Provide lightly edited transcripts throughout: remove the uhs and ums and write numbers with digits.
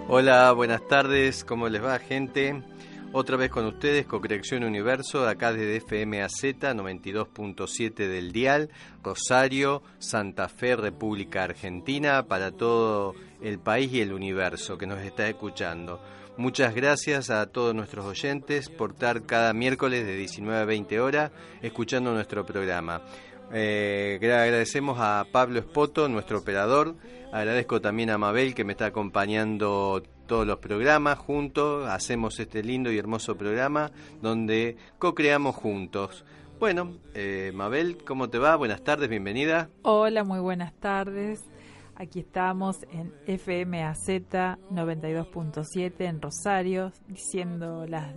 Hola, buenas tardes, ¿cómo les va, gente? Otra vez con ustedes, Cocreación Universo, acá desde FMAZ 92.7 del dial, Rosario, Santa Fe, República Argentina, para todo el país y el universo que nos está escuchando. Muchas gracias a todos nuestros oyentes por estar cada miércoles de 19 a 20 horas escuchando nuestro programa. Agradecemos a Pablo Espoto, nuestro operador. Agradezco también a Mabel, que me está acompañando todos los programas. Juntos hacemos este lindo y hermoso programa donde co-creamos juntos. Bueno, Mabel, ¿cómo te va? Buenas tardes, bienvenida. Hola, muy buenas tardes. Aquí estamos en FMAZ 92.7 en Rosario, diciendo las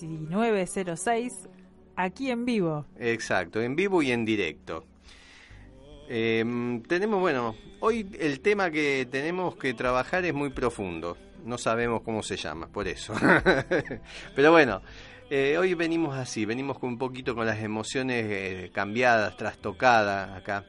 19:06, aquí en vivo. Exacto, en vivo y en directo. Tenemos, bueno, hoy el tema que tenemos que trabajar es muy profundo. No sabemos cómo se llama, por eso. Pero bueno, hoy venimos así, venimos con un poquito con las emociones cambiadas, trastocadas acá.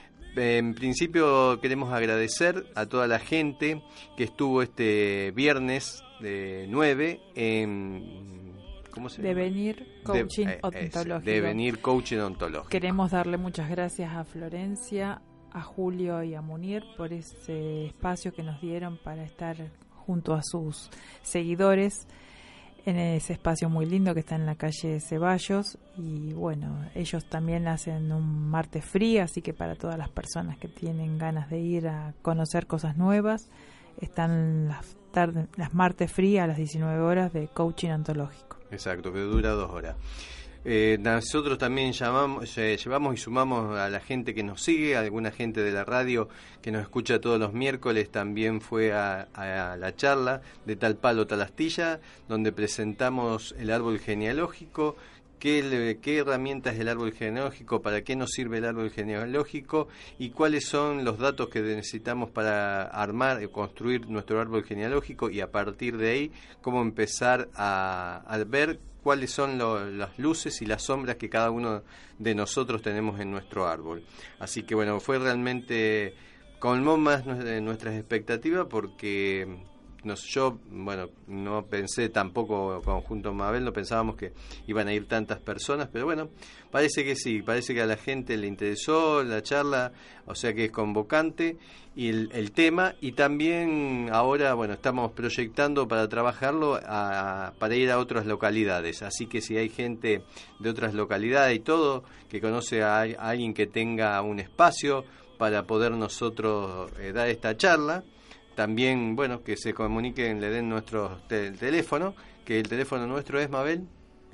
En principio queremos agradecer a toda la gente que estuvo este viernes de 9 en... ¿Cómo se llama? Devenir Coaching Ontológico. Devenir Coaching Ontológico. Queremos darle muchas gracias a Florencia, a Julio y a Munir por ese espacio que nos dieron para estar junto a sus seguidores en ese espacio muy lindo que está en la calle Ceballos. Y bueno, ellos también hacen un martes free, así que para todas las personas que tienen ganas de ir a conocer cosas nuevas, están las martes free a las 19 horas de coaching ontológico. Exacto, que dura 2 horas. Nosotros también llevamos y sumamos a la gente que nos sigue, a alguna gente de la radio que nos escucha todos los miércoles, también fue a la charla de Tal Palo Tal Astilla, donde presentamos el árbol genealógico, qué herramientas es el árbol genealógico, para qué nos sirve el árbol genealógico y cuáles son los datos que necesitamos para armar y construir nuestro árbol genealógico, y a partir de ahí cómo empezar a ver cuáles son las luces y las sombras que cada uno de nosotros tenemos en nuestro árbol. Así que bueno, fue realmente, colmó más nuestras expectativas, porque yo, bueno, no pensé tampoco, conjunto a Mabel, no pensábamos que iban a ir tantas personas, pero bueno, parece que sí, parece que a la gente le interesó la charla, o sea que es convocante y el tema, y también ahora, bueno, estamos proyectando para trabajarlo para ir a otras localidades, así que si hay gente de otras localidades y todo, que conoce a alguien que tenga un espacio para poder nosotros dar esta charla, también, bueno, que se comuniquen, le den nuestro teléfono, que el teléfono nuestro es, Mabel,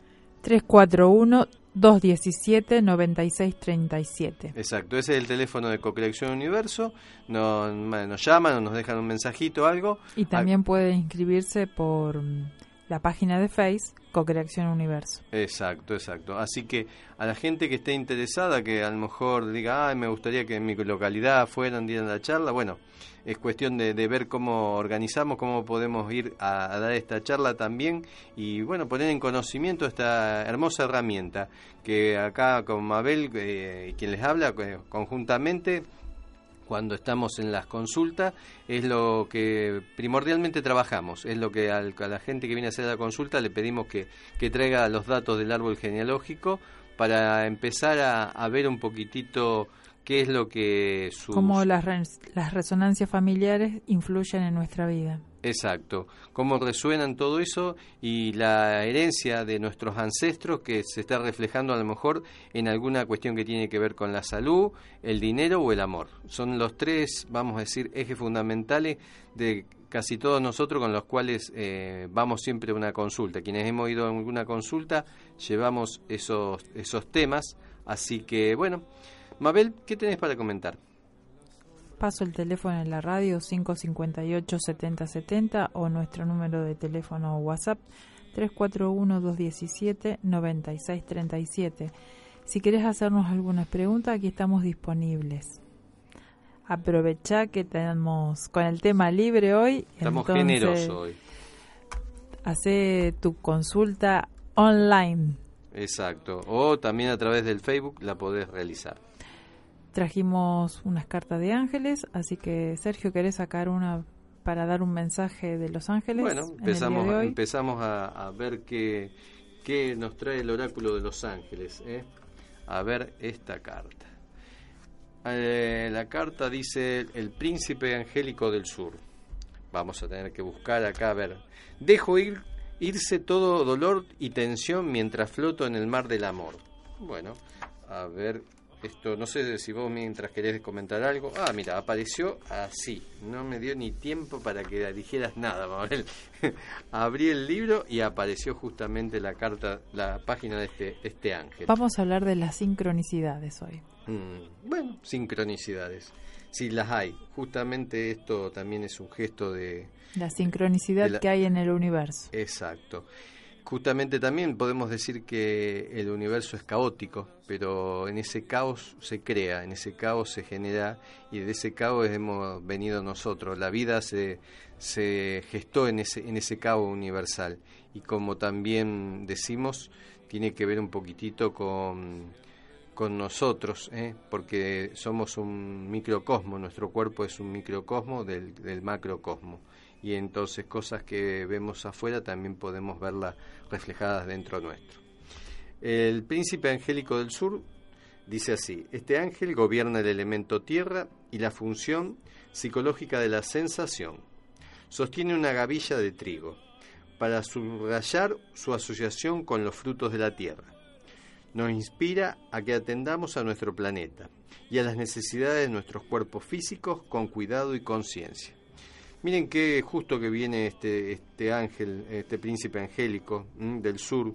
341-217-9637. Exacto, ese es el teléfono de Cocreación Universo. Nos llaman o nos dejan un mensajito o algo. Y también puede inscribirse por la página de Face, Cocreación Universo. Exacto. Así que a la gente que esté interesada, que a lo mejor diga, me gustaría que en mi localidad dieran la charla, bueno, es cuestión de ver cómo organizamos, cómo podemos ir a dar esta charla también, y bueno, poner en conocimiento esta hermosa herramienta que acá con Mabel, quien les habla, conjuntamente, cuando estamos en las consultas, es lo que primordialmente trabajamos, es lo que a la gente que viene a hacer la consulta le pedimos que traiga los datos del árbol genealógico para empezar a ver un poquitito qué es lo que cómo las resonancias familiares influyen en nuestra vida. Exacto, cómo resuenan todo eso y la herencia de nuestros ancestros que se está reflejando a lo mejor en alguna cuestión que tiene que ver con la salud, el dinero o el amor. Son los tres, vamos a decir, ejes fundamentales de casi todos nosotros con los cuales vamos siempre a una consulta. Quienes hemos ido a alguna consulta llevamos esos temas, así que bueno, Mabel, ¿qué tenés para comentar? Paso el teléfono en la radio 558-7070 o nuestro número de teléfono WhatsApp 341-217-9637. Si querés hacernos alguna pregunta, aquí estamos disponibles. Aprovechá que tenemos con el tema libre hoy. Estamos generosos hoy. Hacé tu consulta online. Exacto, o también a través del Facebook la podés realizar. Trajimos unas cartas de ángeles, así que Sergio, ¿querés sacar una para dar un mensaje de los ángeles. Bueno, empezamos a ver qué nos trae el oráculo de los ángeles. A ver esta carta. La carta dice: el príncipe angélico del sur. Vamos a tener que buscar acá, a ver. Dejo irse todo dolor y tensión mientras floto en el mar del amor. Bueno, a ver, esto, no sé si vos mientras querés comentar algo. Mira, apareció así. No me dio ni tiempo para que dijeras nada, Mabel. Abrí el libro y apareció justamente la carta, la página de este ángel. Vamos a hablar de las sincronicidades hoy. Bueno, sincronicidades. Sí, las hay. Justamente esto también es un gesto de... La sincronicidad que hay en el universo. Exacto. Justamente también podemos decir que el universo es caótico, pero en ese caos se crea, en ese caos se genera, y de ese caos hemos venido nosotros. La vida se gestó en ese caos universal. Y como también decimos, tiene que ver un poquitito con nosotros, porque somos un microcosmo, nuestro cuerpo es un microcosmo del macrocosmo, y entonces cosas que vemos afuera también podemos verlas reflejadas dentro nuestro. El príncipe angélico del sur dice así: este ángel gobierna el elemento tierra y la función psicológica de la sensación. Sostiene una gavilla de trigo para subrayar su asociación con los frutos de la tierra. Nos inspira a que atendamos a nuestro planeta y a las necesidades de nuestros cuerpos físicos con cuidado y conciencia. Miren qué justo que viene este ángel, este príncipe angélico del sur.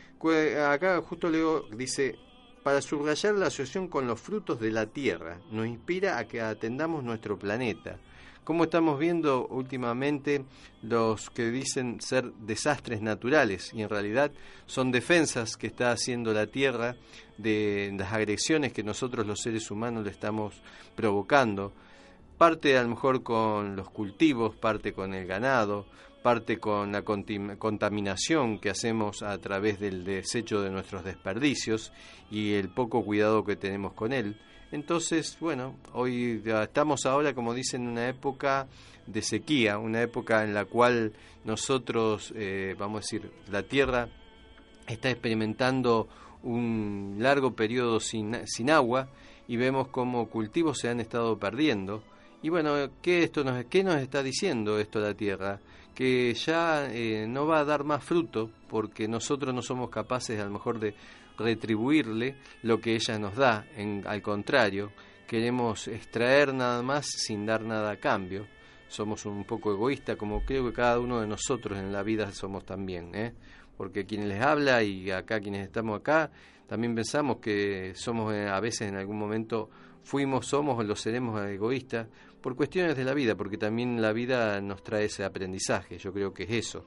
Acá justo leo, dice: para subrayar la asociación con los frutos de la tierra, nos inspira a que atendamos nuestro planeta. Como estamos viendo últimamente los que dicen ser desastres naturales, y en realidad son defensas que está haciendo la Tierra de las agresiones que nosotros los seres humanos le estamos provocando. Parte a lo mejor con los cultivos, parte con el ganado, parte con la contaminación que hacemos a través del desecho de nuestros desperdicios y el poco cuidado que tenemos con él. Entonces, bueno, hoy estamos ahora, como dicen, en una época de sequía, una época en la cual nosotros, vamos a decir, la Tierra está experimentando un largo periodo sin agua, y vemos cómo cultivos se han estado perdiendo. Y bueno, ¿qué nos está diciendo esto la Tierra? Que ya no va a dar más fruto porque nosotros no somos capaces a lo mejor de retribuirle lo que ella nos da. Al contrario, queremos extraer nada más sin dar nada a cambio. Somos un poco egoístas, como creo que cada uno de nosotros en la vida somos también, porque quienes les habla y acá quienes estamos acá, también pensamos que somos a veces en algún momento somos o lo seremos egoístas por cuestiones de la vida, porque también la vida nos trae ese aprendizaje. Yo creo que es eso.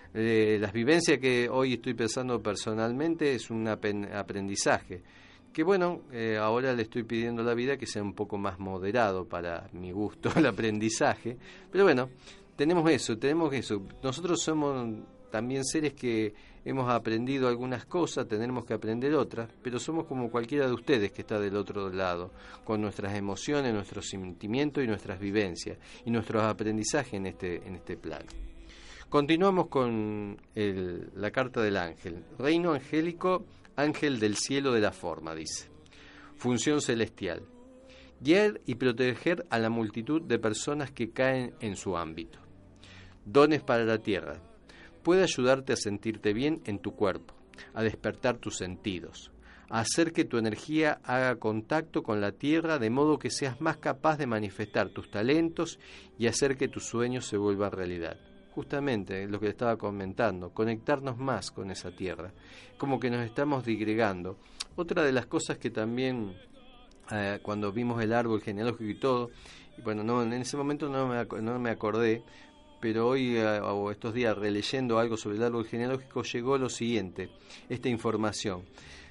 Las vivencias que hoy estoy pensando personalmente es un aprendizaje que bueno, ahora le estoy pidiendo a la vida que sea un poco más moderado para mi gusto el aprendizaje, pero bueno, tenemos eso. Nosotros somos también seres que hemos aprendido algunas cosas, tenemos que aprender otras, pero somos como cualquiera de ustedes que está del otro lado, con nuestras emociones, nuestros sentimientos y nuestras vivencias y nuestros aprendizajes en este plano. Continuamos con la carta del ángel. Reino angélico, ángel del cielo de la forma, dice. Función celestial: guiar y proteger a la multitud de personas que caen en su ámbito. Dones para la tierra: puede ayudarte a sentirte bien en tu cuerpo, a despertar tus sentidos, a hacer que tu energía haga contacto con la tierra de modo que seas más capaz de manifestar tus talentos y hacer que tus sueños se vuelvan realidad. Justamente lo que le estaba comentando, conectarnos más con esa tierra, como que nos estamos digregando. Otra de las cosas que también cuando vimos el árbol genealógico y todo, y bueno, en ese momento no me acordé, pero hoy o estos días releyendo algo sobre el árbol genealógico llegó lo siguiente, esta información.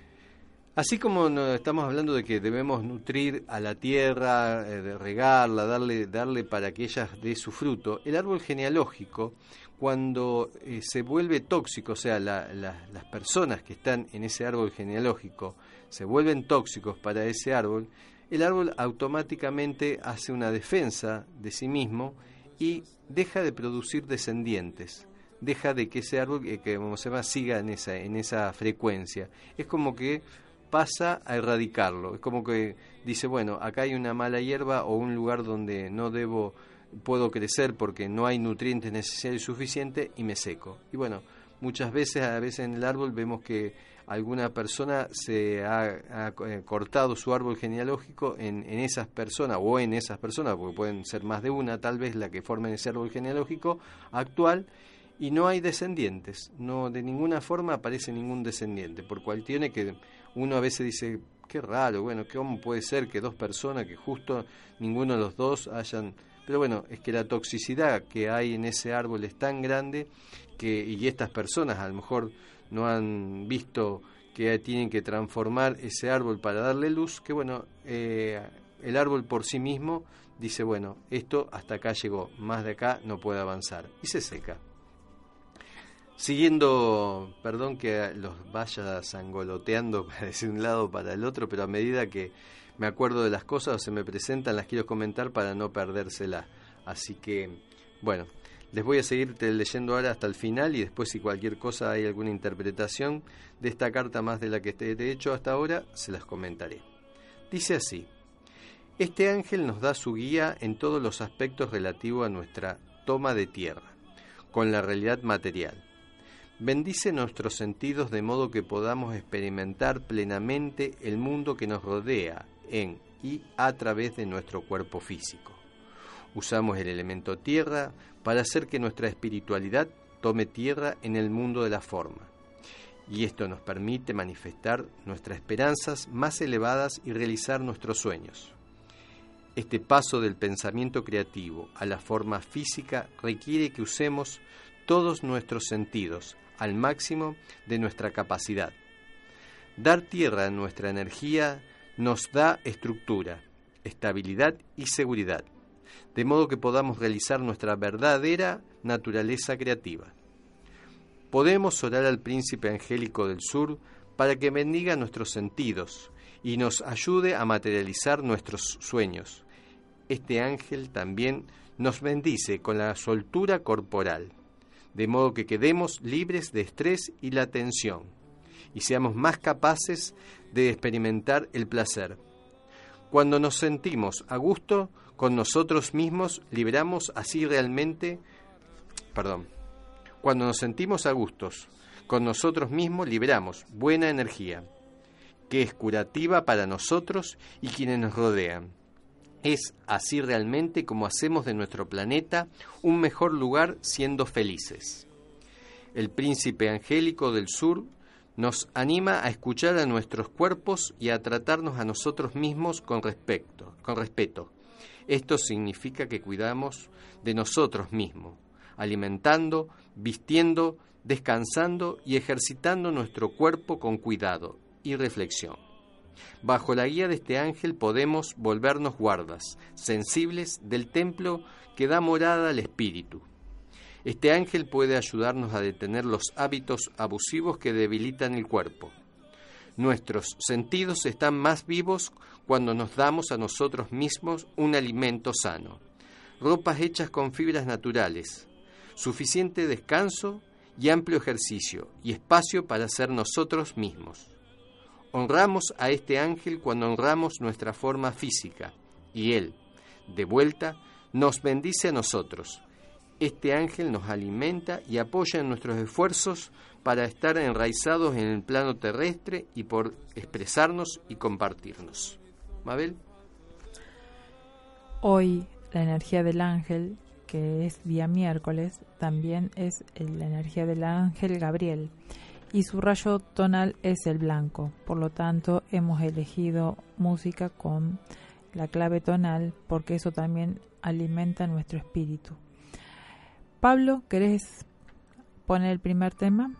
Así como estamos hablando de que debemos nutrir a la tierra, de regarla, darle para que ella dé su fruto, el árbol genealógico, cuando se vuelve tóxico, o sea, las personas que están en ese árbol genealógico se vuelven tóxicos para ese árbol, el árbol automáticamente hace una defensa de sí mismo y deja de producir descendientes, deja de que ese árbol, que como se llama, siga en esa frecuencia. Es como que pasa a erradicarlo, es como que dice, bueno, acá hay una mala hierba o un lugar donde no puedo crecer porque no hay nutrientes necesarios y suficientes y me seco. Y bueno, a veces en el árbol vemos que alguna persona se ha cortado su árbol genealógico en esas personas, o en esas personas, porque pueden ser más de una, tal vez la que formen ese árbol genealógico actual, y no hay descendientes, no de ninguna forma aparece ningún descendiente, por cual tiene que uno a veces dice, qué raro, bueno, ¿cómo puede ser que dos personas, que justo ninguno de los dos hayan... Pero bueno, es que la toxicidad que hay en ese árbol es tan grande y estas personas a lo mejor no han visto que tienen que transformar ese árbol para darle luz, que bueno, el árbol por sí mismo dice, bueno, esto hasta acá llegó, más de acá no puede avanzar, y se seca. Siguiendo, perdón que los vaya zangoloteando de un lado para el otro, pero a medida que me acuerdo de las cosas o se me presentan, las quiero comentar para no perdérselas. Así que, bueno, les voy a seguir leyendo ahora hasta el final y después si cualquier cosa hay alguna interpretación de esta carta más de la que te he hecho hasta ahora, se las comentaré. Dice así: este ángel nos da su guía en todos los aspectos relativos a nuestra toma de tierra, con la realidad material. Bendice nuestros sentidos de modo que podamos experimentar plenamente el mundo que nos rodea en y a través de nuestro cuerpo físico. Usamos el elemento tierra para hacer que nuestra espiritualidad tome tierra en el mundo de la forma. Y esto nos permite manifestar nuestras esperanzas más elevadas y realizar nuestros sueños. Este paso del pensamiento creativo a la forma física requiere que usemos todos nuestros sentidos al máximo de nuestra capacidad. Dar tierra a nuestra energía nos da estructura, estabilidad y seguridad, de modo que podamos realizar nuestra verdadera naturaleza creativa. Podemos orar al príncipe angélico del sur para que bendiga nuestros sentidos y nos ayude a materializar nuestros sueños. Este ángel también nos bendice con la soltura corporal, de modo que quedemos libres de estrés y la tensión, y seamos más capaces de experimentar el placer. Cuando nos sentimos a gusto con nosotros mismos, Cuando nos sentimos a gustos con nosotros mismos, liberamos buena energía, que es curativa para nosotros y quienes nos rodean. Es así realmente como hacemos de nuestro planeta un mejor lugar siendo felices. El príncipe angélico del sur nos anima a escuchar a nuestros cuerpos y a tratarnos a nosotros mismos con respeto. Esto significa que cuidamos de nosotros mismos, alimentando, vistiendo, descansando y ejercitando nuestro cuerpo con cuidado y reflexión. Bajo la guía de este ángel podemos volvernos guardas, sensibles del templo que da morada al espíritu. Este ángel puede ayudarnos a detener los hábitos abusivos que debilitan el cuerpo. Nuestros sentidos están más vivos cuando nos damos a nosotros mismos un alimento sano, ropas hechas con fibras naturales, suficiente descanso y amplio ejercicio y espacio para ser nosotros mismos. Honramos a este ángel cuando honramos nuestra forma física, y él, de vuelta, nos bendice a nosotros. Este ángel nos alimenta y apoya en nuestros esfuerzos para estar enraizados en el plano terrestre y por expresarnos y compartirnos. ¿Mabel? Hoy la energía del ángel, que es día miércoles, también es la energía del ángel Gabriel, y su rayo tonal es el blanco. Por lo tanto, hemos elegido música con la clave tonal porque eso también alimenta nuestro espíritu. Pablo, ¿querés poner el primer tema?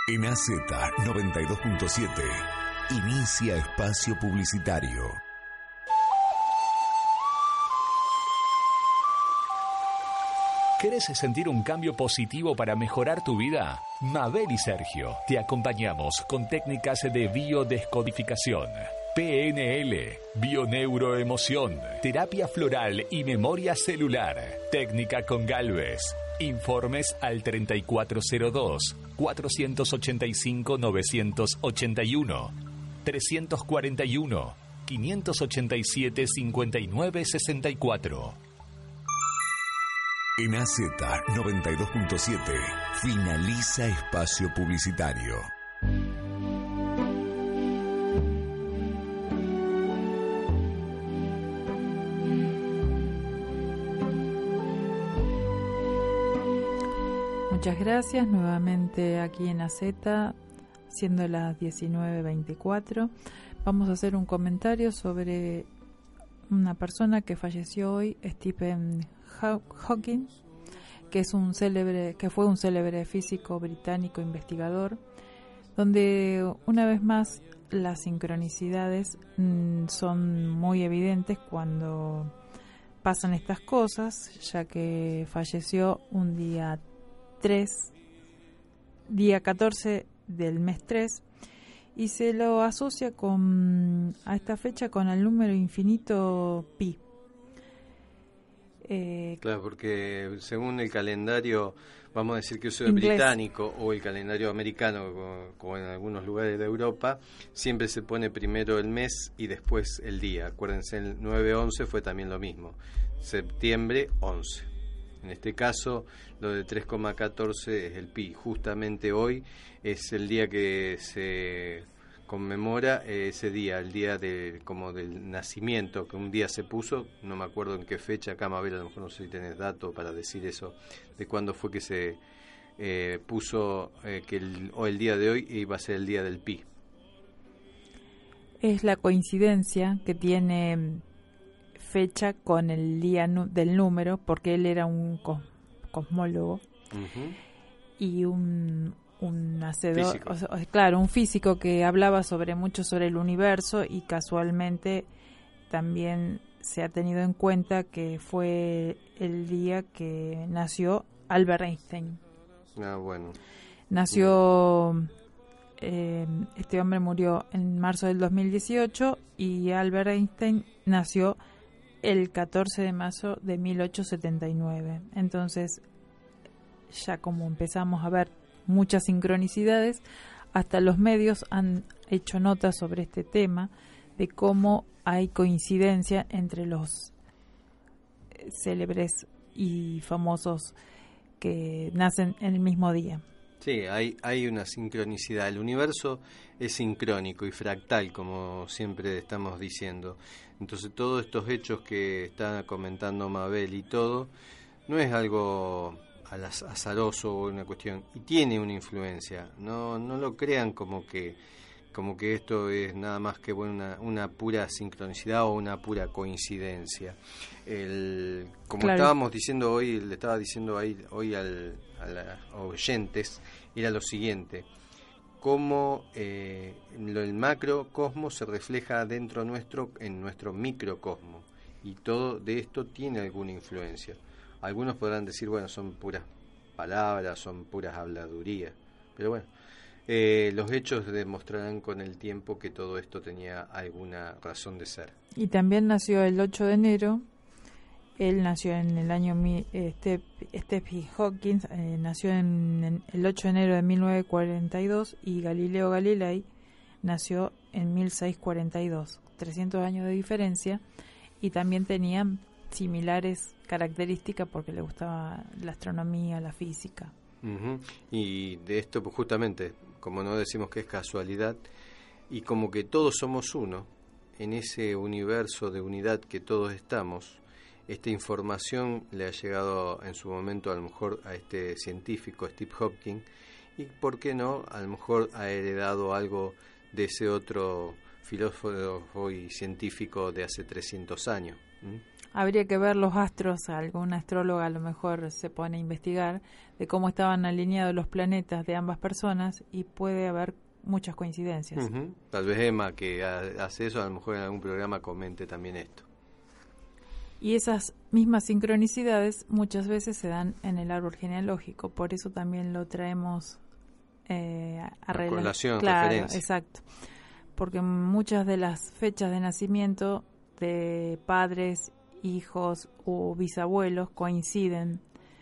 En AZ 92.7, inicia espacio publicitario. ¿Querés sentir un cambio positivo para mejorar tu vida? Mabel y Sergio te acompañamos con técnicas de biodescodificación, PNL, bioneuroemoción, terapia floral y memoria celular, técnica con Galvez. Informes al 3402-485-981, 341-587-5964. En AZ 92.7, finaliza espacio publicitario. Muchas gracias, nuevamente aquí en AZ, siendo las 19:24. Vamos a hacer un comentario sobre una persona que falleció hoy, Stephen Hawking, que fue un célebre físico británico investigador, donde una vez más las sincronicidades son muy evidentes cuando pasan estas cosas, ya que falleció un día 14 del mes 3, y se lo asocia a esta fecha con el número infinito pi. Claro, porque según el calendario, vamos a decir que eso es inglés, británico, o el calendario americano, como en algunos lugares de Europa, siempre se pone primero el mes y después el día. Acuérdense, el 9-11 fue también lo mismo, septiembre 11. En este caso, lo de 3,14 es el pi. Justamente hoy es el día que se conmemora ese día, el día como del nacimiento, que un día se puso, no me acuerdo en qué fecha, acá Mabel, a lo mejor no sé si tenés datos para decir eso, de cuándo fue que se puso que el día de hoy iba a ser el día del pi. Es la coincidencia que tiene fecha con el día del número, porque él era un cosmólogo. Uh-huh. Y un hacedor, claro, un físico que hablaba mucho sobre el universo, y casualmente también se ha tenido en cuenta que fue el día que nació Albert Einstein. Bueno. Nació, este hombre murió en marzo del 2018 y Albert Einstein nació el 14 de marzo de 1879. Entonces, ya como empezamos a ver muchas sincronicidades, hasta los medios han hecho notas sobre este tema, de cómo hay coincidencia entre los célebres y famosos que nacen en el mismo día. Sí, hay una sincronicidad. El universo es sincrónico y fractal, como siempre estamos diciendo. Entonces, todos estos hechos que está comentando Mabel y todo, no es algo azaroso o una cuestión, y tiene una influencia. No lo crean como que esto es nada más que una pura sincronicidad o una pura coincidencia. Como claro, estábamos diciendo hoy, le estaba diciendo hoy a los oyentes, era lo siguiente: cómo el macrocosmos se refleja dentro nuestro, en nuestro microcosmos, y todo de esto tiene alguna influencia. Algunos podrán decir, bueno, son puras palabras, son puras habladurías, pero bueno, los hechos demostrarán con el tiempo que todo esto tenía alguna razón de ser. Y también nació el 8 de enero, él nació en el año, Stephen Hawking nació en el 8 de enero de 1942, y Galileo Galilei nació en 1642, 300 años de diferencia, y también tenían similares características porque le gustaba la astronomía, la física. Uh-huh. Y de esto, pues, justamente, como no decimos que es casualidad, y como que todos somos uno, en ese universo de unidad que todos estamos, esta información le ha llegado en su momento a lo mejor a este científico, Steve Hawking, y por qué no, a lo mejor ha heredado algo de ese otro filósofo y científico de hace 300 años. Habría que ver los astros, algún astróloga a lo mejor se pone a investigar de cómo estaban alineados los planetas de ambas personas y puede haber muchas coincidencias. Uh-huh. Tal vez Emma, que hace eso, a lo mejor en algún programa comente también esto. Y esas mismas sincronicidades muchas veces se dan en el árbol genealógico, por eso también lo traemos a relación, claro, referencia. Exacto, porque muchas de las fechas de nacimiento de padres, hijos o bisabuelos coinciden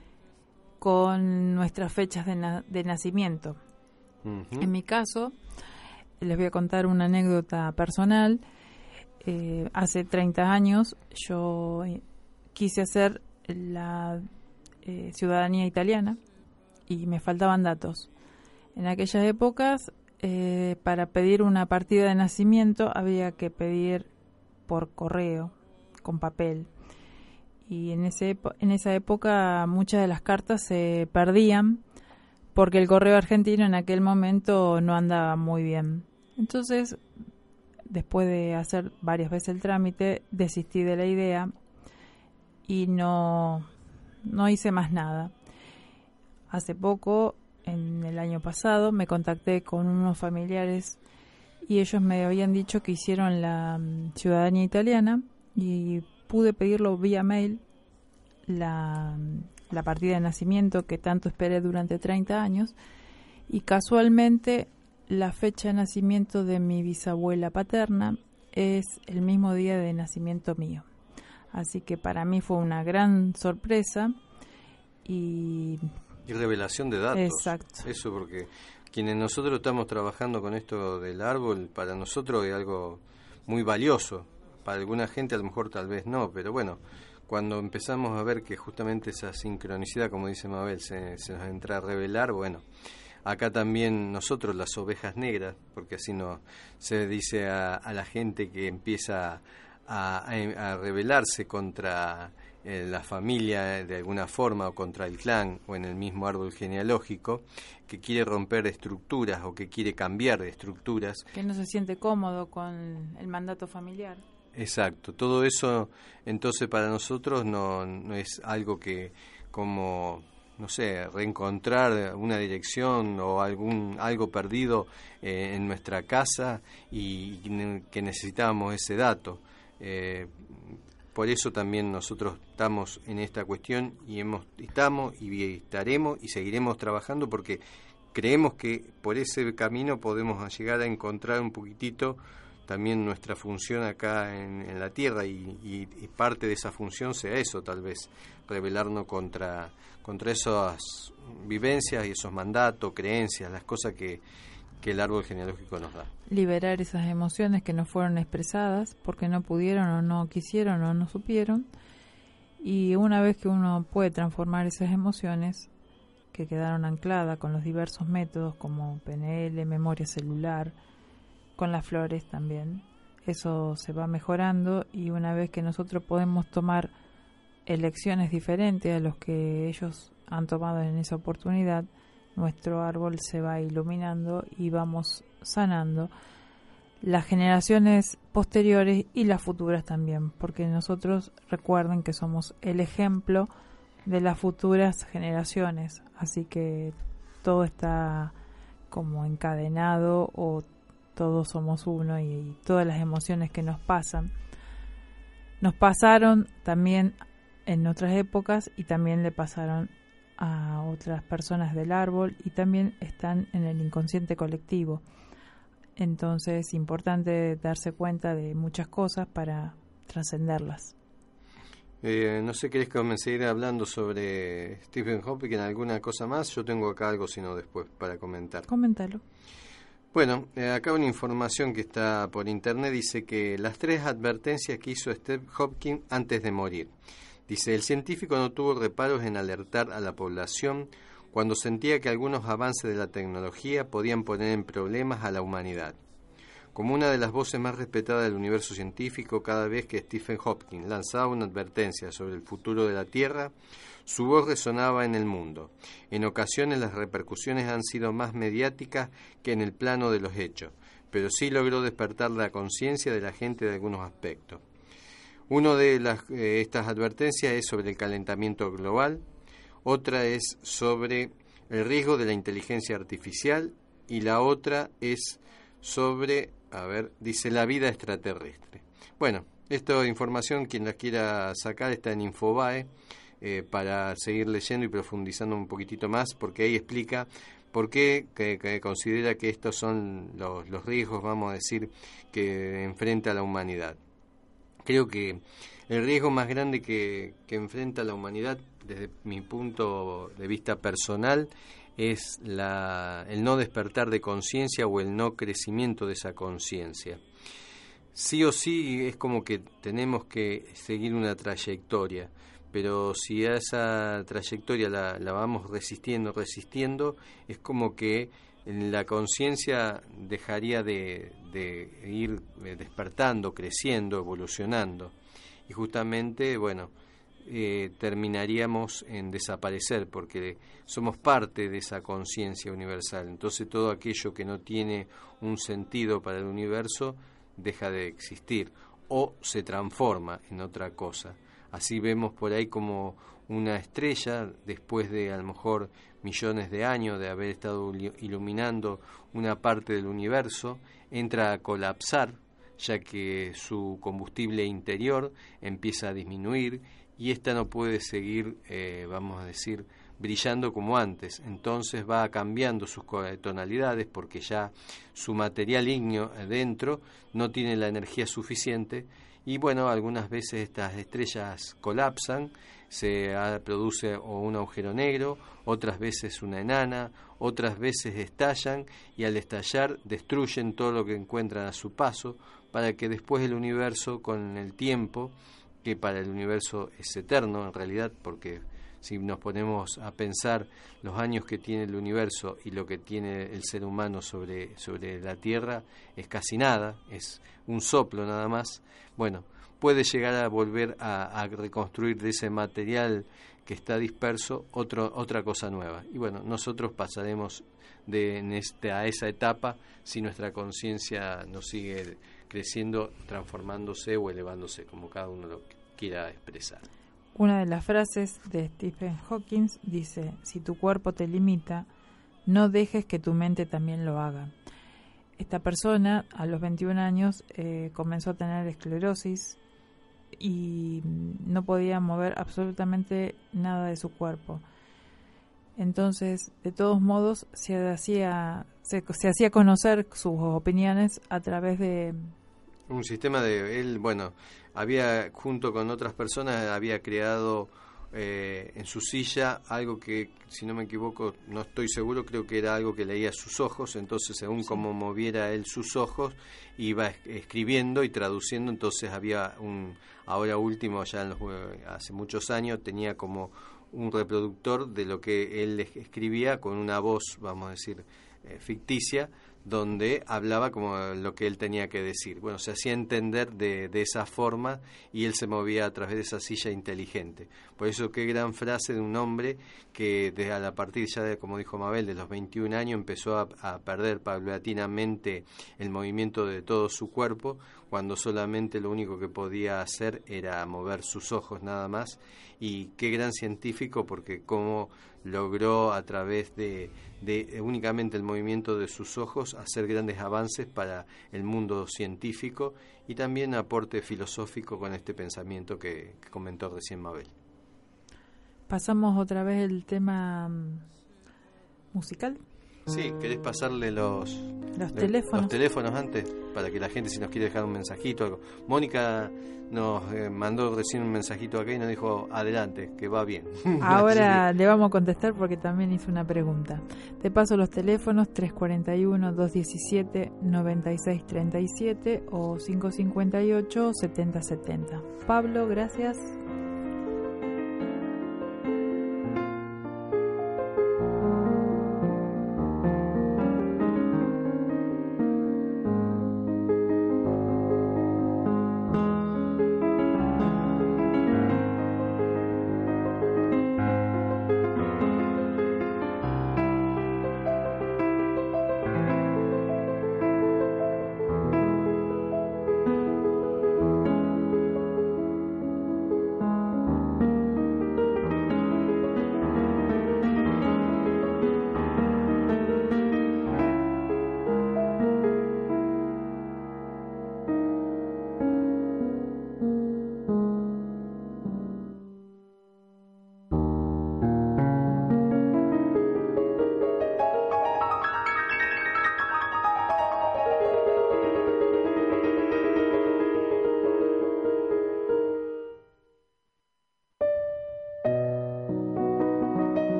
con nuestras fechas de nacimiento. Uh-huh. En mi caso, les voy a contar una anécdota personal. Hace 30 años yo quise hacer la ciudadanía italiana y me faltaban datos. En aquellas épocas, para pedir una partida de nacimiento había que pedir por correo, con papel. Y en esa época muchas de las cartas se perdían porque el correo argentino en aquel momento no andaba muy bien. Entonces, después de hacer varias veces el trámite, desistí de la idea y no hice más nada. Hace poco, en el año pasado, me contacté con unos familiares y ellos me habían dicho que hicieron la ciudadanía italiana y pude pedirlo vía mail, la partida de nacimiento que tanto esperé durante 30 años, y casualmente la fecha de nacimiento de mi bisabuela paterna es el mismo día de nacimiento mío. Así que para mí fue una gran sorpresa y revelación de datos. Exacto. Eso, porque quienes nosotros estamos trabajando con esto del árbol, para nosotros es algo muy valioso. Para alguna gente a lo mejor tal vez no, pero bueno, cuando empezamos a ver que justamente esa sincronicidad, como dice Mabel, se nos entra a revelar, bueno, acá también nosotros las ovejas negras, porque así no se dice a la gente que empieza a rebelarse contra la familia de alguna forma, o contra el clan, o en el mismo árbol genealógico, que quiere romper estructuras o que quiere cambiar de estructuras. Que no se siente cómodo con el mandato familiar. Exacto, todo eso entonces para nosotros no es algo que, como, no sé, reencontrar una dirección o algo perdido en nuestra casa y que necesitábamos ese dato. Por eso también nosotros estamos en esta cuestión y estamos y estaremos y seguiremos trabajando, porque creemos que por ese camino podemos llegar a encontrar un poquitito también nuestra función acá en la Tierra, y parte de esa función sea eso, tal vez, rebelarnos contra esas vivencias y esos mandatos, creencias, las cosas que el árbol genealógico nos da. Liberar esas emociones que no fueron expresadas porque no pudieron o no quisieron o no supieron, y una vez que uno puede transformar esas emociones que quedaron ancladas con los diversos métodos como PNL, memoria celular, con las flores también, eso se va mejorando, y una vez que nosotros podemos tomar elecciones diferentes a los que ellos han tomado en esa oportunidad, nuestro árbol se va iluminando y vamos sanando las generaciones posteriores y las futuras también, porque nosotros, recuerden que somos el ejemplo de las futuras generaciones, así que todo está como encadenado, o todos somos uno, y todas las emociones que nos pasaron también en otras épocas y también le pasaron a otras personas del árbol y también están en el inconsciente colectivo. Entonces es importante darse cuenta de muchas cosas para trascenderlas. No sé, ¿querés seguir hablando sobre Stephen Hawking en alguna cosa más? Yo tengo acá algo, si no después, para comentar. Coméntalo. Bueno, acá una información que está por internet dice que las 3 advertencias que hizo Stephen Hawking antes de morir. Dice, el científico no tuvo reparos en alertar a la población cuando sentía que algunos avances de la tecnología podían poner en problemas a la humanidad. Como una de las voces más respetadas del universo científico, cada vez que Stephen Hawking lanzaba una advertencia sobre el futuro de la Tierra, su voz resonaba en el mundo. En ocasiones las repercusiones han sido más mediáticas que en el plano de los hechos, pero sí logró despertar la conciencia de la gente de algunos aspectos. Uno de estas advertencias es sobre el calentamiento global, otra es sobre el riesgo de la inteligencia artificial y la otra es sobre, dice la vida extraterrestre. Bueno, esta información, quien la quiera sacar, está en Infobae, para seguir leyendo y profundizando un poquitito más, porque ahí explica por qué que considera que estos son los riesgos, vamos a decir, que enfrenta la humanidad. Creo que el riesgo más grande que enfrenta la humanidad, desde mi punto de vista personal, es el no despertar de conciencia o el no crecimiento de esa conciencia. Sí o sí es como que tenemos que seguir una trayectoria, pero si a esa trayectoria la vamos resistiendo, es como que la conciencia dejaría de ir despertando, creciendo, evolucionando. Y justamente, terminaríamos en desaparecer, porque somos parte de esa conciencia universal. Entonces todo aquello que no tiene un sentido para el universo deja de existir o se transforma en otra cosa. Así vemos por ahí como una estrella, después de a lo mejor millones de años de haber estado iluminando una parte del universo, entra a colapsar, ya que su combustible interior empieza a disminuir y ésta no puede seguir, brillando como antes. Entonces va cambiando sus tonalidades, porque ya su material ígneo dentro no tiene la energía suficiente. Y algunas veces estas estrellas colapsan, se produce o un agujero negro, otras veces una enana, otras veces estallan, y al estallar destruyen todo lo que encuentran a su paso, para que después el universo, con el tiempo, que para el universo es eterno en realidad, porque si nos ponemos a pensar los años que tiene el universo y lo que tiene el ser humano sobre la Tierra, es casi nada, es un soplo nada más. Puede llegar a volver a reconstruir de ese material que está disperso otra cosa nueva. Y nosotros pasaremos a esa etapa si nuestra conciencia nos sigue creciendo, transformándose o elevándose, como cada uno lo quiera expresar. Una de las frases de Stephen Hawking dice: si tu cuerpo te limita, no dejes que tu mente también lo haga. Esta persona a los 21 años comenzó a tener esclerosis y no podía mover absolutamente nada de su cuerpo. Entonces, de todos modos, se hacía conocer sus opiniones a través de un sistema de él. Había, junto con otras personas, había creado en su silla algo que, si no me equivoco, no estoy seguro, creo que era algo que leía sus ojos. Entonces, según cómo moviera él sus ojos, iba escribiendo y traduciendo. Entonces había ahora último, ya hace muchos años, tenía como un reproductor de lo que él escribía con una voz, vamos a decir, ficticia, donde hablaba como lo que él tenía que decir. Se hacía entender de esa forma, y él se movía a través de esa silla inteligente. Por eso, qué gran frase de un hombre que a partir ya de, como dijo Mabel, de los 21 años empezó a perder paulatinamente el movimiento de todo su cuerpo, cuando solamente lo único que podía hacer era mover sus ojos nada más. Y qué gran científico, porque cómo logró a través de únicamente el movimiento de sus ojos hacer grandes avances para el mundo científico, y también aporte filosófico con este pensamiento que comentó recién Mabel. Pasamos otra vez el tema musical. Sí, ¿querés pasarle los teléfonos antes? Para que la gente, si nos quiere dejar un mensajito, algo. Mónica nos mandó recién un mensajito acá y nos dijo: adelante, que va bien. Ahora le vamos a contestar, porque también hizo una pregunta. Te paso los teléfonos: 341-217-9637 o 558-7070. Pablo, gracias.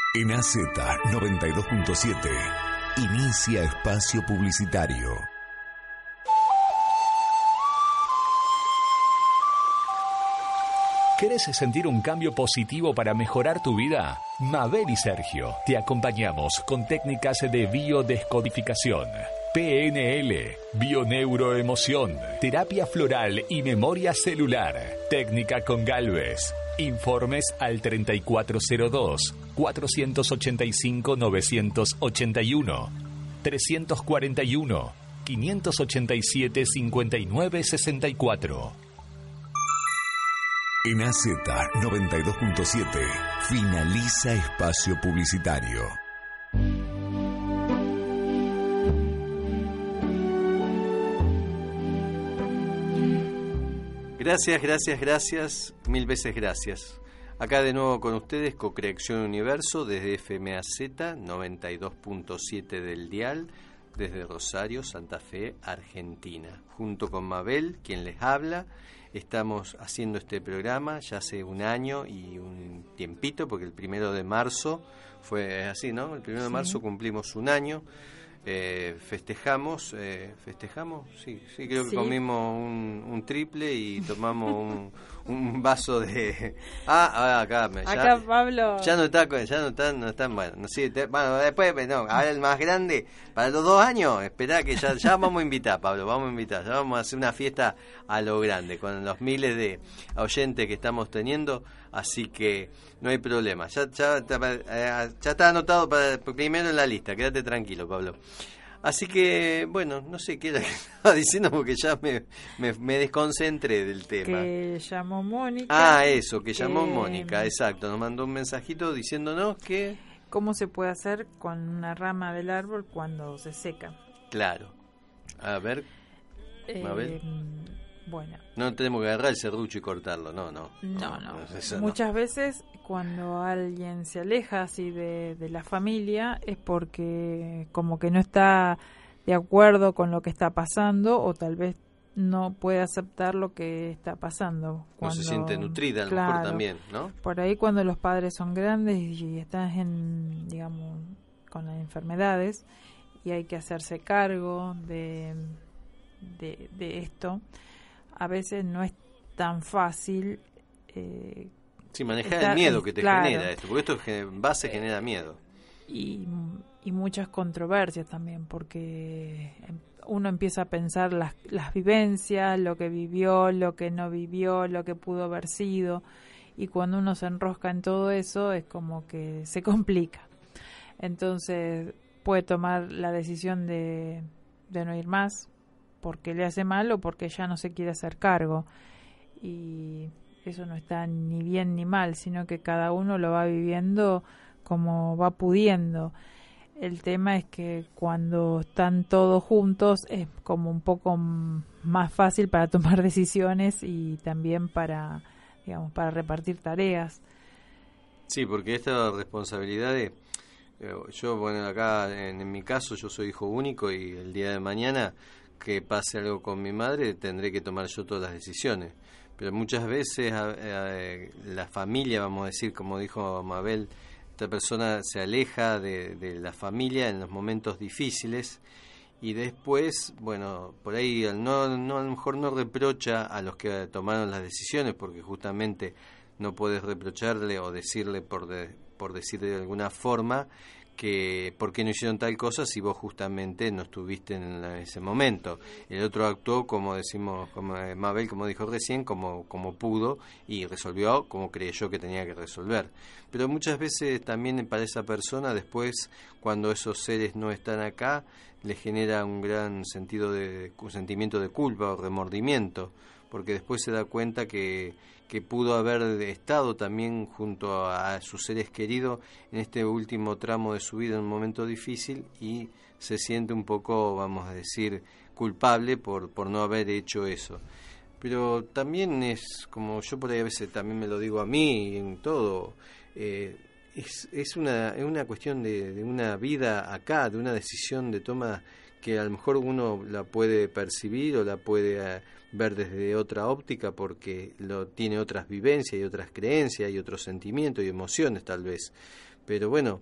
En AZ 92.7, inicia espacio publicitario. ¿Querés sentir un cambio positivo para mejorar tu vida? Mabel y Sergio te acompañamos con técnicas de biodescodificación, PNL, bioneuroemoción, terapia floral y memoria celular, técnica con Galvez. Informes al 3402-485-981, 341-587-5964. En AZ 92.7, finaliza espacio publicitario. Gracias, mil veces gracias. Acá de nuevo con ustedes, Cocreación Universo, desde FMAZ 92.7 del dial, desde Rosario, Santa Fe, Argentina. Junto con Mabel, quien les habla, estamos haciendo este programa ya hace un año y un tiempito, porque el 1 de marzo fue así, ¿no? El 1 de marzo cumplimos un año. Festejamos, sí, creo que comimos un triple y tomamos un vaso de... acá Pablo ya no está, bueno, sí, después, no, ahora el más grande, para los 2 años, esperá que ya vamos a invitar, Pablo, ya vamos a hacer una fiesta a lo grande, con los miles de oyentes que estamos teniendo, así que no hay problema, ya está anotado para primero en la lista, quédate tranquilo, Pablo. Así que, bueno, no sé qué era que estaba diciendo porque ya me desconcentré del tema. Que llamó Mónica. Que llamó Mónica, exacto. Nos mandó un mensajito diciéndonos que... ¿Cómo se puede hacer con una rama del árbol cuando se seca? Claro. A ver, Mabel. Bueno. No tenemos que agarrar el serrucho y cortarlo, no. Muchas veces cuando alguien se aleja así de la familia es porque como que no está de acuerdo con lo que está pasando o tal vez no puede aceptar lo que está pasando. No se siente nutrida, a lo mejor también, ¿no? Por ahí cuando los padres son grandes y están digamos, con las enfermedades y hay que hacerse cargo de esto, a veces no es tan fácil manejar el miedo que te genera esto, porque esto en base genera miedo y muchas controversias también, porque uno empieza a pensar las vivencias, lo que vivió, lo que no vivió, lo que pudo haber sido, y cuando uno se enrosca en todo eso es como que se complica, entonces puede tomar la decisión de no ir más porque le hace mal o porque ya no se quiere hacer cargo, y eso no está ni bien ni mal, sino que cada uno lo va viviendo como va pudiendo. El tema es que cuando están todos juntos es como un poco más fácil para tomar decisiones y también para repartir tareas. Sí, porque esta responsabilidad acá en mi caso yo soy hijo único y el día de mañana que pase algo con mi madre tendré que tomar yo todas las decisiones. Pero muchas veces la familia, vamos a decir, como dijo Mabel, esta persona se aleja de la familia en los momentos difíciles y después, bueno, por ahí a lo mejor no reprocha a los que tomaron las decisiones, porque justamente no puedes reprocharle o decirle por decir de alguna forma que por qué no hicieron tal cosa si vos justamente no estuviste en ese momento. El otro actuó, como decimos, como Mabel, como dijo recién, como pudo y resolvió como creyó que tenía que resolver. Pero muchas veces también para esa persona después, cuando esos seres no están acá, le genera un gran sentimiento de culpa o remordimiento, porque después se da cuenta que pudo haber estado también junto a sus seres queridos en este último tramo de su vida en un momento difícil y se siente un poco, vamos a decir, culpable por no haber hecho eso. Pero también es, como yo por ahí a veces también me lo digo a mí y en todo, es una cuestión de una vida acá, de una decisión de toma que a lo mejor uno la puede percibir o la puede ver desde otra óptica porque tiene otras vivencias y otras creencias y otros sentimientos y emociones tal vez, Pero bueno,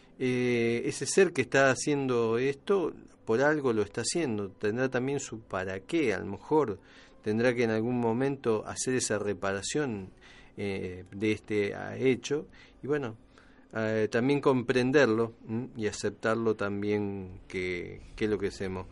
ese ser que está haciendo esto, por algo lo está haciendo, tendrá también su para qué, a lo mejor tendrá que en algún momento hacer esa reparación de este hecho, y bueno, también comprenderlo y aceptarlo también que es lo que hacemos.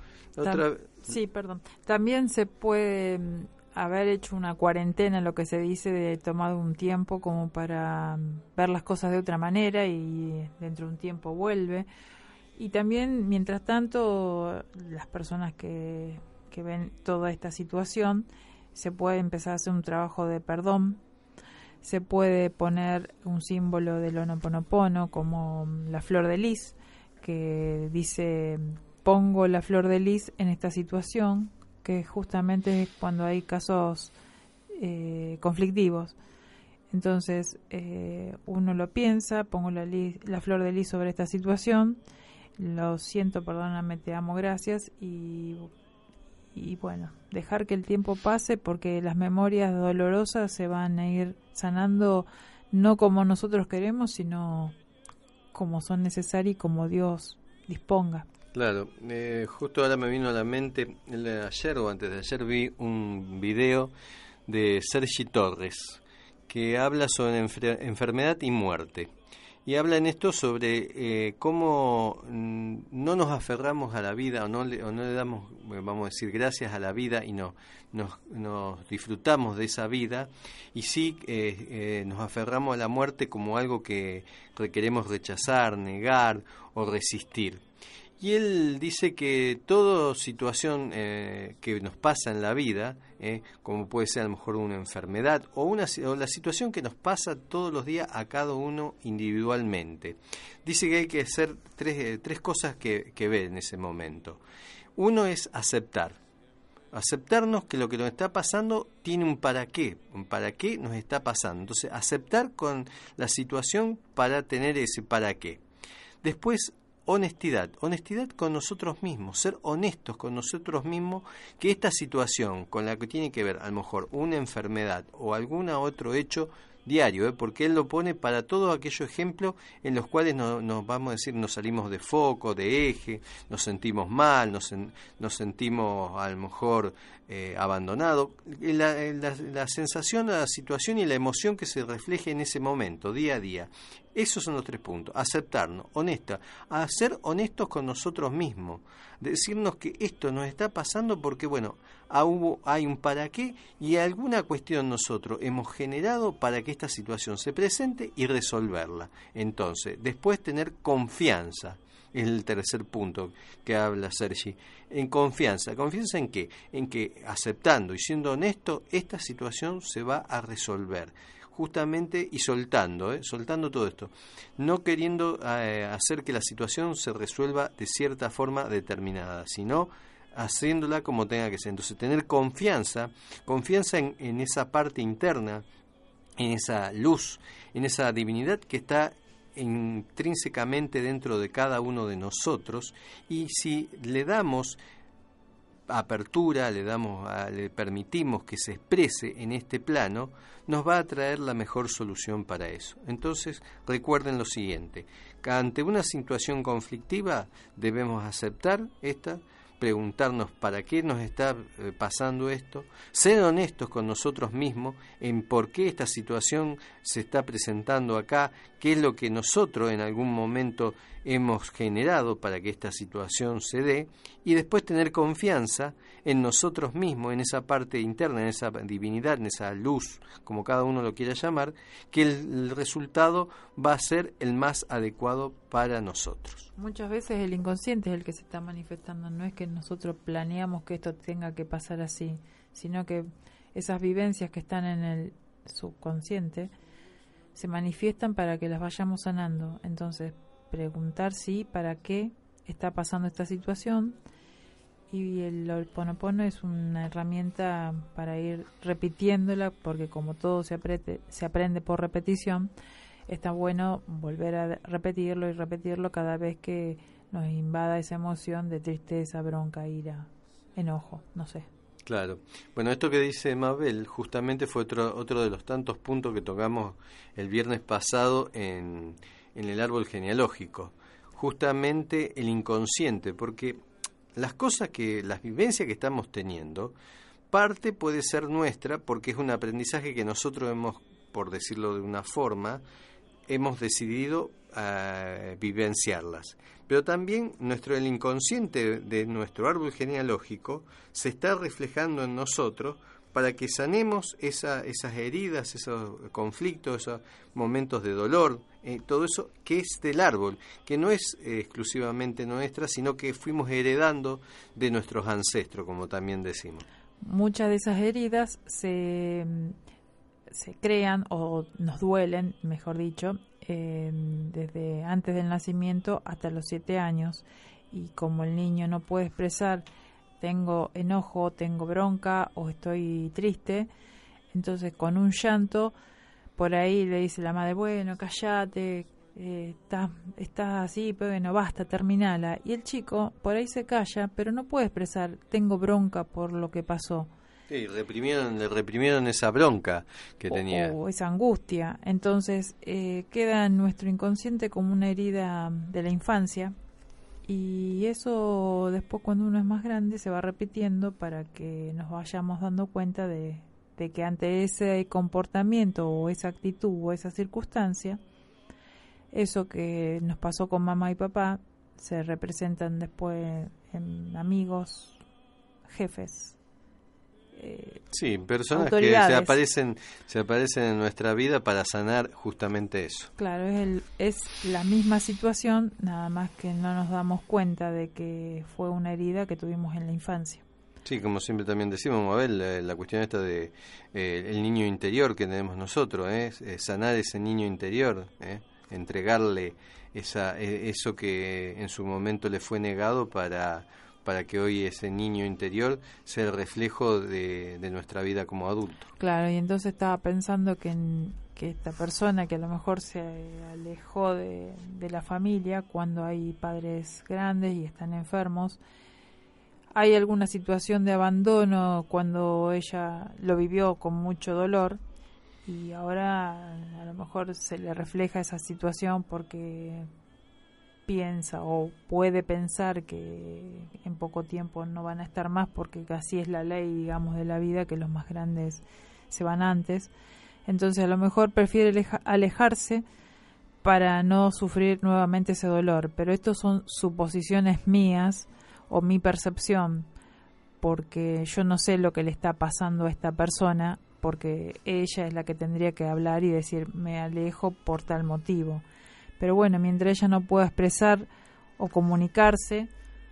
Sí, perdón. También se puede haber hecho una cuarentena, lo que se dice, de tomar un tiempo como para ver las cosas de otra manera y dentro de un tiempo vuelve. Y también, mientras tanto, las personas que ven toda esta situación, se puede empezar a hacer un trabajo de perdón. Se puede poner un símbolo del Ho'oponopono como la flor de lis, que dice: pongo la flor de lis en esta situación, que justamente es cuando hay casos conflictivos. Entonces uno lo piensa, pongo la flor de lis sobre esta situación, lo siento, perdóname, te amo, gracias, y bueno, dejar que el tiempo pase, porque las memorias dolorosas se van a ir sanando, no como nosotros queremos, sino como son necesarias y como Dios disponga. Claro, justo ahora me vino a la mente, ayer o antes de ayer vi un video de Sergi Torres que habla sobre enfermedad y muerte. Y habla en esto sobre cómo no nos aferramos a la vida o no le damos, vamos a decir, gracias a la vida y nos disfrutamos de esa vida, y sí nos aferramos a la muerte como algo que queremos rechazar, negar o resistir. Y él dice que toda situación que nos pasa en la vida, como puede ser a lo mejor una enfermedad o la situación que nos pasa todos los días a cada uno individualmente, dice que hay que hacer tres cosas que ver en ese momento. Uno es aceptarnos que lo que nos está pasando tiene un para qué nos está pasando. Entonces, aceptar con la situación para tener ese para qué. Después, honestidad con nosotros mismos, ser honestos con nosotros mismos, que esta situación con la que tiene que ver a lo mejor una enfermedad o algún otro hecho diario, porque él lo pone para todos aquellos ejemplos en los cuales nos vamos a decir, nos salimos de foco, de eje, nos sentimos mal, nos sentimos a lo mejor abandonados, la sensación, la situación y la emoción que se refleje en ese momento, día a día. Esos son los 3 puntos: aceptarnos, a ser honestos con nosotros mismos, decirnos que esto nos está pasando porque, bueno, hay un para qué y alguna cuestión nosotros hemos generado para que esta situación se presente y resolverla. Entonces, después tener confianza, es el tercer punto que habla Sergi. En confianza. ¿Confianza en qué? En que aceptando y siendo honesto, esta situación se va a resolver. Justamente, y soltando todo esto, no queriendo hacer que la situación se resuelva de cierta forma determinada, sino haciéndola como tenga que ser. Entonces, tener confianza en esa parte interna, en esa luz, en esa divinidad que está intrínsecamente dentro de cada uno de nosotros, y si le damos apertura, le permitimos que se exprese en este plano, nos va a traer la mejor solución para eso. Entonces, recuerden lo siguiente: que ante una situación conflictiva debemos aceptar preguntarnos para qué nos está pasando esto, ser honestos con nosotros mismos en por qué esta situación se está presentando acá, qué es lo que nosotros en algún momento hemos generado para que esta situación se dé, y después tener confianza en nosotros mismos, en esa parte interna, en esa divinidad, en esa luz, como cada uno lo quiera llamar, que el resultado va a ser el más adecuado para nosotros. Muchas veces el inconsciente es el que se está manifestando, no es que nosotros planeamos que esto tenga que pasar así, sino que esas vivencias que están en el subconsciente se manifiestan para que las vayamos sanando. Entonces, preguntar para qué está pasando esta situación, y el Ho'oponopono es una herramienta para ir repitiéndola, porque como todo se aprende por repetición, está bueno volver a repetirlo y repetirlo cada vez que nos invada esa emoción de tristeza, bronca, ira, enojo, no sé. Claro. Bueno, esto que dice Mabel justamente fue otro de los tantos puntos que tocamos el viernes pasado en en el árbol genealógico, justamente el inconsciente, porque las vivencias que estamos teniendo, parte puede ser nuestra porque es un aprendizaje que nosotros hemos, por decirlo de una forma, hemos decidido vivenciarlas. Pero también el inconsciente de nuestro árbol genealógico se está reflejando en nosotros para que sanemos esas heridas, esos conflictos, esos momentos de dolor, todo eso que es del árbol, que no es exclusivamente nuestra, sino que fuimos heredando de nuestros ancestros, como también decimos. Muchas de esas heridas se crean o nos duelen, mejor dicho, desde antes del nacimiento hasta los 7 años, y como el niño no puede expresar tengo enojo, tengo bronca o estoy triste, entonces con un llanto por ahí le dice la madre, bueno, callate, estás así, pero bueno, basta, terminala, y el chico por ahí se calla, pero no puede expresar tengo bronca por lo que pasó. Sí, le reprimieron esa bronca que tenía. O esa angustia. Entonces queda en nuestro inconsciente como una herida de la infancia, y eso después cuando uno es más grande se va repitiendo para que nos vayamos dando cuenta de que ante ese comportamiento o esa actitud o esa circunstancia, eso que nos pasó con mamá y papá se representan después en amigos, jefes, sí, personas autoridades. que se aparecen en nuestra vida para sanar justamente eso. Claro, es la misma situación, nada más que no nos damos cuenta de que fue una herida que tuvimos en la infancia. Sí, como siempre también decimos, Mabel, la cuestión esta de el niño interior que tenemos nosotros, sanar ese niño interior, entregarle eso que en su momento le fue negado para que hoy ese niño interior sea el reflejo de nuestra vida como adulto. Claro, y entonces estaba pensando que esta persona que a lo mejor se alejó de la familia cuando hay padres grandes y están enfermos, hay alguna situación de abandono cuando ella lo vivió con mucho dolor, y ahora a lo mejor se le refleja esa situación porque piensa o puede pensar que en poco tiempo no van a estar más, porque así es la ley, digamos, de la vida, que los más grandes se van antes. Entonces a lo mejor prefiere alejarse para no sufrir nuevamente ese dolor, pero esto son suposiciones mías o mi percepción, porque yo no sé lo que le está pasando a esta persona, porque ella es la que tendría que hablar y decir me alejo por tal motivo. Pero bueno, mientras ella no pueda expresar o comunicarse,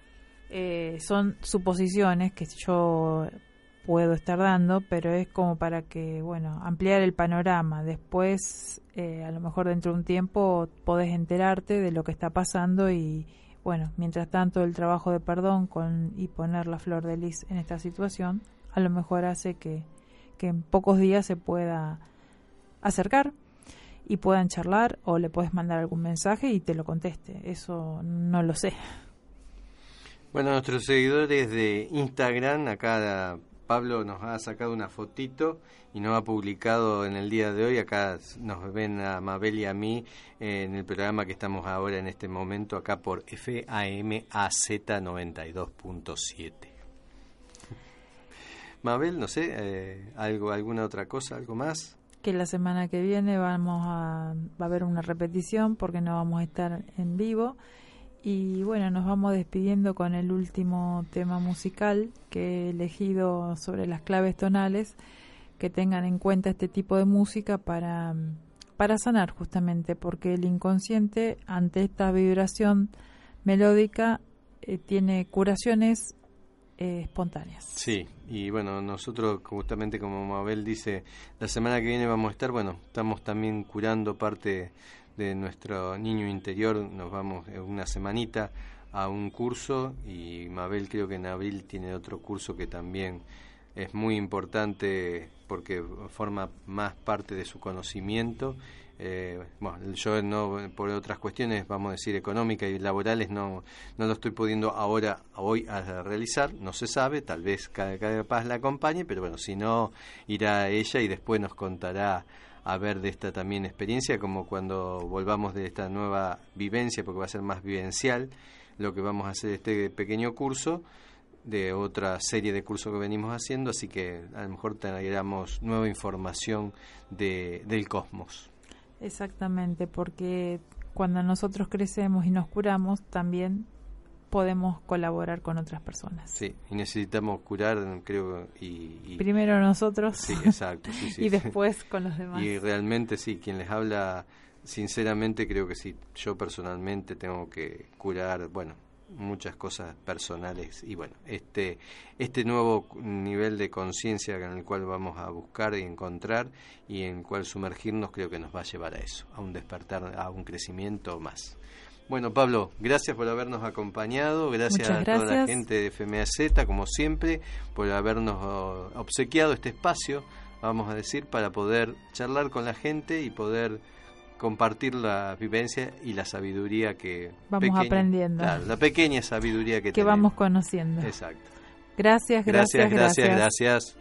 son suposiciones que yo puedo estar dando, pero es como para que, bueno, ampliar el panorama. Después, a lo mejor dentro de un tiempo, podés enterarte de lo que está pasando y, bueno, mientras tanto el trabajo de perdón y poner la flor de lis en esta situación, a lo mejor hace que en pocos días se pueda acercar y puedan charlar, o le puedes mandar algún mensaje y te lo conteste. Eso no lo sé. Bueno, nuestros seguidores de Instagram, acá Pablo nos ha sacado una fotito y nos ha publicado en el día de hoy. Acá nos ven a Mabel y a mí en el programa que estamos ahora en este momento acá por FAMAZ 92.7. Mabel, no sé, alguna otra cosa, algo más. Que la semana que viene va a haber una repetición porque no vamos a estar en vivo, y bueno, nos vamos despidiendo con el último tema musical que he elegido sobre las claves tonales, que tengan en cuenta este tipo de música para sanar, justamente porque el inconsciente ante esta vibración melódica tiene curaciones espontáneas. Sí, y bueno, nosotros justamente como Mabel dice, la semana que viene vamos a estar, bueno, estamos también curando parte de nuestro niño interior, nos vamos una semanita a un curso, y Mabel creo que en abril tiene otro curso que también es muy importante porque forma más parte de su conocimiento. Bueno, yo no, por otras cuestiones, vamos a decir, económicas y laborales, no lo estoy pudiendo hoy a realizar, no se sabe, tal vez cada paz la acompañe, pero bueno, si no, irá ella y después nos contará ver de esta también experiencia, como cuando volvamos de esta nueva vivencia, porque va a ser más vivencial lo que vamos a hacer este pequeño curso, de otra serie de cursos que venimos haciendo, así que a lo mejor traeremos nueva información del cosmos. Exactamente, porque cuando nosotros crecemos y nos curamos, también podemos colaborar con otras personas. Sí, y necesitamos curar, creo, y primero nosotros, sí, exacto, sí, sí, y después con los demás. Y realmente sí, quien les habla, sinceramente creo que sí, yo personalmente tengo que curar, bueno, muchas cosas personales, y bueno, este nuevo nivel de conciencia en el cual vamos a buscar y encontrar, y en el cual sumergirnos, creo que nos va a llevar a eso, a un despertar, a un crecimiento más. Bueno, Pablo, gracias por habernos acompañado, gracias a toda la gente de FMAZ, como siempre, por habernos obsequiado este espacio, vamos a decir, para poder charlar con la gente y poder compartir la vivencia y la sabiduría que vamos aprendiendo. Claro, la pequeña sabiduría que tenemos. Vamos conociendo. Exacto. Gracias.